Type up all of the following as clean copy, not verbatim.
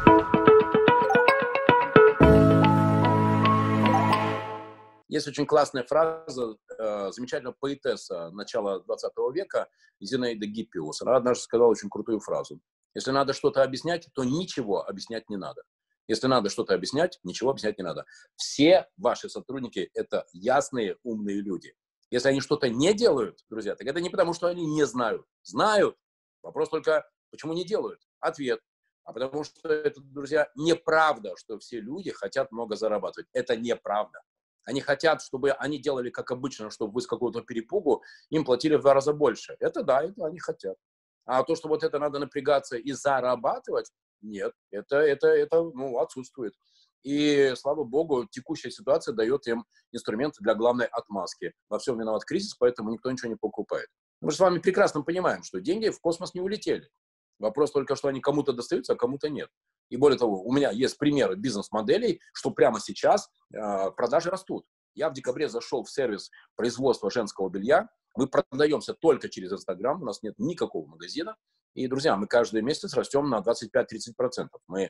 Есть очень классная фраза замечательного поэтесса начала 20 века Зинаида Гиппиус. Она однажды сказала очень крутую фразу. Если надо что-то объяснять, то ничего объяснять не надо. Если надо что-то объяснять, ничего объяснять не надо. Все ваши сотрудники – это ясные, умные люди. Если они что-то не делают, друзья, так это не потому, что они не знают. Знают. Вопрос только, почему не делают? Ответ. А потому что это, друзья, неправда, что все люди хотят много зарабатывать. Это неправда. Они хотят, чтобы они делали как обычно, чтобы вы с какого-то перепугу им платили в 2 раза больше. Это да, это они хотят. А то, что вот это надо напрягаться и зарабатывать, нет, это отсутствует. И, слава богу, текущая ситуация дает им инструменты для главной отмазки. Во всем виноват кризис, поэтому никто ничего не покупает. Мы же с вами прекрасно понимаем, что деньги в космос не улетели. Вопрос только, что они кому-то достаются, а кому-то нет. И более того, у меня есть примеры бизнес-моделей, что прямо сейчас продажи растут. Я в декабре зашел в сервис производства женского белья. Мы продаемся только через Инстаграм, у нас нет никакого магазина. И, друзья, мы каждый месяц растем на 25-30%. Мы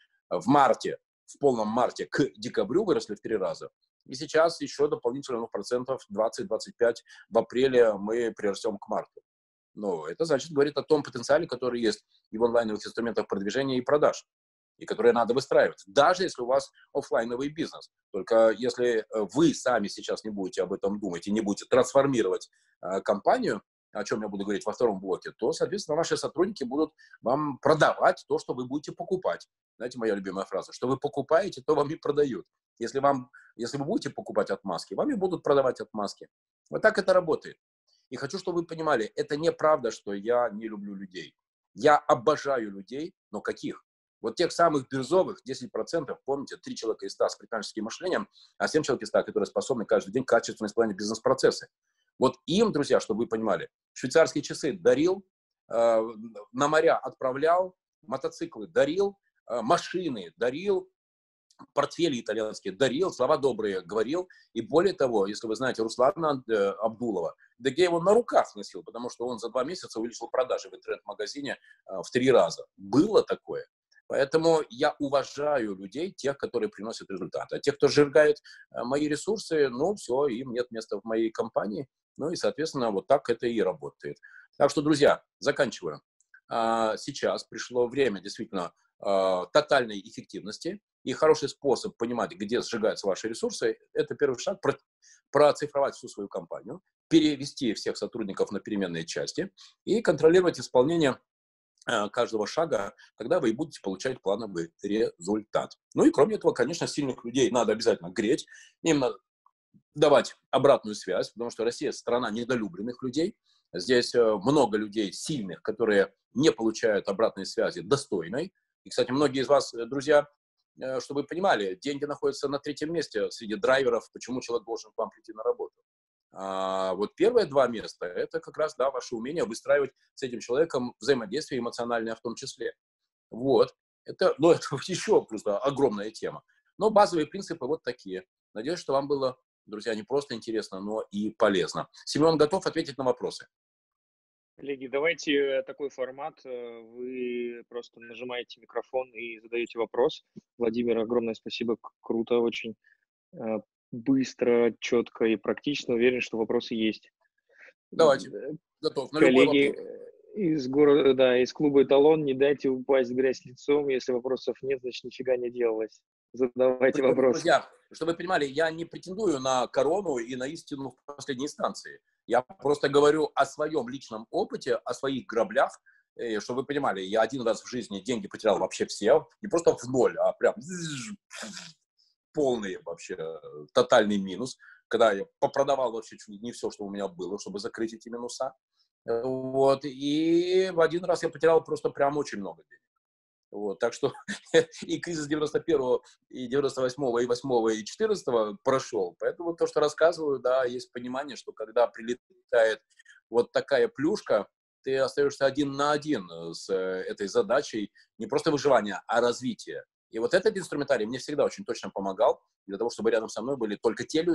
в марте, в полном марте к декабрю выросли в 3 раза. И сейчас еще дополнительно процентов 20-25 в апреле мы прирастем к марту. Но это значит, говорит о том потенциале, который есть и в онлайновых инструментах продвижения и продаж, и которые надо выстраивать, даже если у вас офлайновый бизнес. Только если вы сами сейчас не будете об этом думать и не будете трансформировать компанию, о чем я буду говорить во втором блоке, то, соответственно, ваши сотрудники будут вам продавать то, что вы будете покупать. Знаете, моя любимая фраза, что вы покупаете, то вам и продают. Если вы будете покупать отмазки, вам и будут продавать отмазки. Вот так это работает. И хочу, чтобы вы понимали, это неправда, что я не люблю людей. Я обожаю людей, но каких? Вот тех самых бирюзовых 10%, помните, 3 человека из 100 с предпринимательским мышлением, а 7 человек из 100, которые способны каждый день качественно исполнять бизнес-процессы. Вот им, друзья, чтобы вы понимали, швейцарские часы дарил, на моря отправлял, мотоциклы дарил, машины дарил, портфели итальянские дарил, слова добрые говорил. И более того, если вы знаете Руслана Абдулова, да я его на руках носил, потому что он за 2 месяца увеличил продажи в интернет-магазине в 3 раза. Было такое. Поэтому я уважаю людей, тех, которые приносят результаты. А тех, кто сжигает мои ресурсы, ну все, им нет места в моей компании. Ну и, соответственно, вот так это и работает. Так что, друзья, заканчиваю. Сейчас пришло время действительно тотальной эффективности. И хороший способ понимать, где сжигаются ваши ресурсы, это первый шаг процифровать всю свою компанию, перевести всех сотрудников на переменные части и контролировать исполнение каждого шага, когда вы будете получать плановый результат. Ну и кроме этого, конечно, сильных людей надо обязательно греть, им надо давать обратную связь, потому что Россия страна недолюбленных людей. Здесь много людей сильных, которые не получают обратной связи достойной. И, кстати, многие из вас, друзья, чтобы вы понимали, деньги находятся на 3-м месте среди драйверов, почему человек должен к вам прийти на работу. А вот первые 2 места – это как раз, да, ваше умение выстраивать с этим человеком взаимодействие эмоциональное в том числе. Вот. Это еще просто огромная тема. Но базовые принципы вот такие. Надеюсь, что вам было, друзья, не просто интересно, но и полезно. Семен готов ответить на вопросы. Коллеги, давайте такой формат. Вы просто нажимаете микрофон и задаете вопрос. Владимир, огромное спасибо. Круто, очень быстро, четко и практично. Уверен, что вопросы есть. Давайте. Готов. На коллеги любой вопрос. из города, да, из клуба «Эталон», не дайте упасть в грязь лицом. Если вопросов нет, значит, нифига не делалось. Задавайте вопросы. Друзья, чтобы вы понимали, я не претендую на корону и на истину в последней инстанции. Я просто говорю о своем личном опыте, о своих граблях, чтобы вы понимали, я 1 раз в жизни деньги потерял вообще все, не просто в ноль, а прям полный вообще тотальный минус, когда я попродавал вообще чуть ли не все, что у меня было, чтобы закрыть эти минуса. Вот. И в 1 раз я потерял просто прям очень много денег. Вот, так что и кризис 91-го, и 98-го, и 8-го, и 14-го прошел. Поэтому то, что рассказываю, да, есть понимание, что когда прилетает вот такая плюшка, ты остаешься 1 на 1 с этой задачей не просто выживания, а развития. И вот этот инструментарий мне всегда очень точно помогал для того, чтобы рядом со мной были только те люди,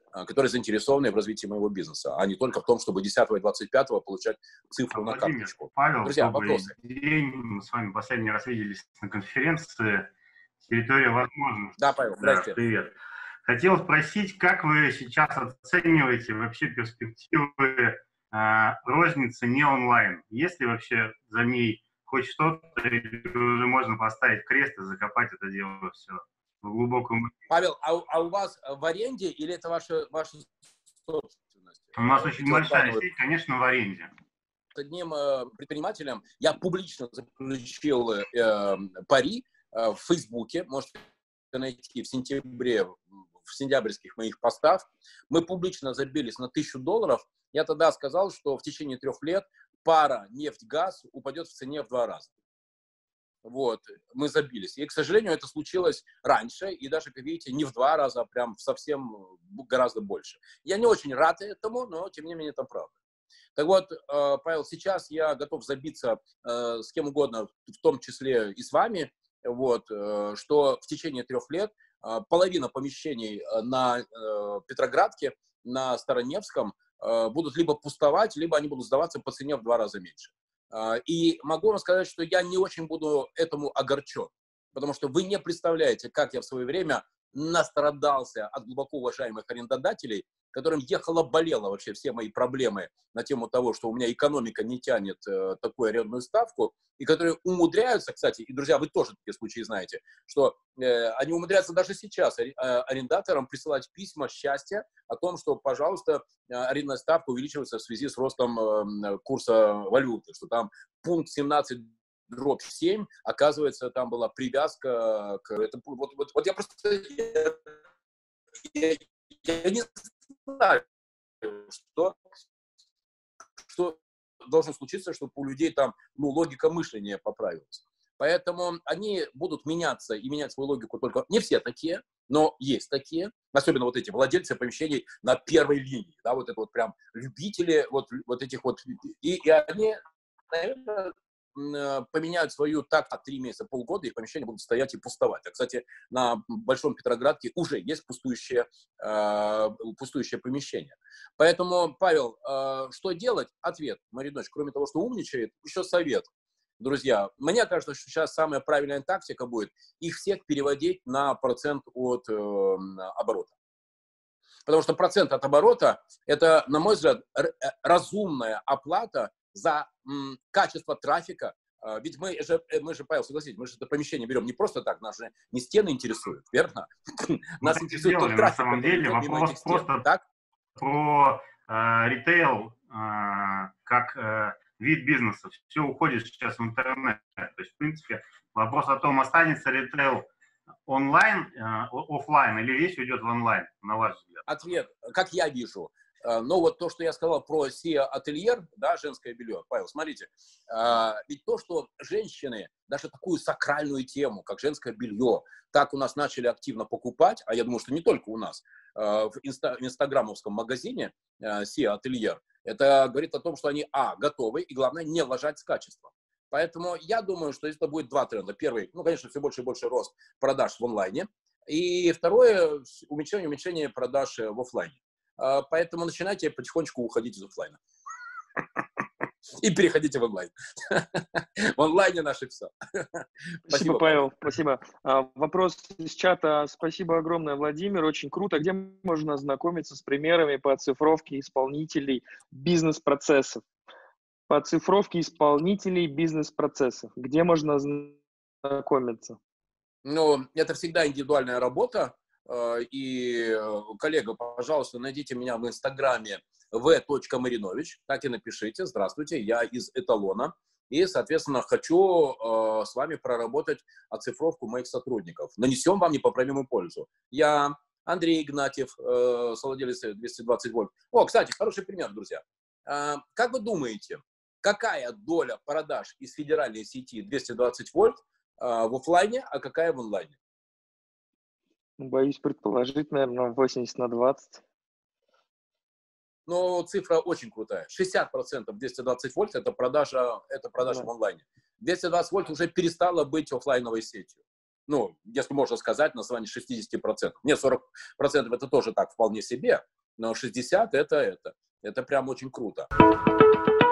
которые заинтересованы в развитии моего бизнеса, а не только в том, чтобы 10 и 25 получать цифру на Владимир, карточку. Павел, Друзья, добрый вопросы? день. Мы с вами последний раз виделись на конференции «Территория возможностей». Да, Павел, здрасте. Привет. Хотел спросить, как вы сейчас оцениваете вообще перспективы розницы не онлайн? Есть ли вообще за ней хоть что-то, или уже можно поставить крест и закопать это дело все в глубоком... Павел, а у вас в аренде или это ваша собственность? У нас очень большая сеть, конечно, в аренде. С одним предпринимателем я публично заключил пари в Фейсбуке, можете найти в сентябре, в сентябрьских моих постах. Мы публично забились на $1000. Я тогда сказал, что в течение 3 лет пара нефть-газ упадет в цене в 2 раза. Вот, мы забились. И, к сожалению, это случилось раньше, и даже, как видите, не в 2 раза, а прям совсем гораздо больше. Я не очень рад этому, но, тем не менее, это правда. Так вот, Павел, сейчас я готов забиться с кем угодно, в том числе и с вами, вот, что в течение 3 лет половина помещений на Петроградке, на Староневском, будут либо пустовать, либо они будут сдаваться по цене в 2 раза меньше. И могу вам сказать, что я не очень буду этому огорчен, потому что вы не представляете, как я в свое время настрадался от глубоко уважаемых арендодателей, которым ехало-болело вообще все мои проблемы на тему того, что у меня экономика не тянет такую арендную ставку, и которые умудряются, кстати, и, друзья, вы тоже такие случаи знаете, что они умудряются даже сейчас арендаторам присылать письма счастья о том, что, пожалуйста, арендная ставка увеличивается в связи с ростом курса валюты, что там пункт 17/7, оказывается, там была привязка к... Это, вот я просто... Я не знаю, что должно случиться, чтобы у людей там, логика мышления поправилась. Поэтому они будут меняться и менять свою логику только... Не все такие, но есть такие. Особенно вот эти владельцы помещений на первой линии. Да, вот это вот прям любители вот этих вот... И они, наверное, поменяют свою так 3 месяца, полгода, и помещения будут стоять и пустовать. А, кстати, на Большом Петроградке уже есть пустующее помещение. Поэтому, Павел, что делать? Ответ, Мария Дмитриевна, кроме того, что умничает, еще совет. Друзья, мне кажется, что сейчас самая правильная тактика будет их всех переводить на процент от оборота. Потому что процент от оборота – это, на мой взгляд, разумная оплата за качество трафика. Ведь мы же, Павел, согласитесь, мы же это помещение берем не просто так, нас же не стены интересуют, верно? Нас интересует тот трафик, на самом деле, вопрос просто так? Про ритейл как вид бизнеса. Все уходит сейчас в интернет. То есть, в принципе, вопрос о том, останется ритейл онлайн, офлайн, или весь уйдет в онлайн, на ваш взгляд? Ответ, как я вижу. Но вот то, что я сказал про SEA-ательер, да, женское белье, Павел, смотрите, ведь то, что женщины даже такую сакральную тему, как женское белье, так у нас начали активно покупать, а я думаю, что не только у нас, в инстаграмовском магазине SEA-ательер, это говорит о том, что они, готовы, и главное, не лажать с качеством. Поэтому я думаю, что это будет 2 тренда. Первый, конечно, все больше и больше рост продаж в онлайне. И второе, уменьшение продаж в офлайне. Поэтому начинайте потихонечку уходить из офлайна. И переходите в онлайн. В онлайне наше все. Спасибо, Павел. Спасибо. Вопрос из чата. Спасибо огромное, Владимир. Очень круто. Где можно ознакомиться с примерами по оцифровке исполнителей бизнес-процессов? По оцифровке исполнителей бизнес-процессов. Где можно ознакомиться? Это всегда индивидуальная работа. И, коллега, пожалуйста, найдите меня в инстаграме v.marinovich, так и напишите: здравствуйте, я из Эталона, и, соответственно, хочу с вами проработать оцифровку моих сотрудников. Нанесем вам непоправимую пользу. Я Андрей Игнатьев, совладелец 220 вольт. Кстати, хороший пример, друзья. Как вы думаете, какая доля продаж из федеральной сети 220 вольт в офлайне, а какая в онлайне? Боюсь предположить, наверное, 80/20. Но цифра очень крутая. 60% 220 вольт это продажа в онлайне. 220 вольт уже перестала быть офлайновой сетью. Если можно сказать, на основании 60%. Нет, 40% это тоже так вполне себе. но 60 это прям очень круто.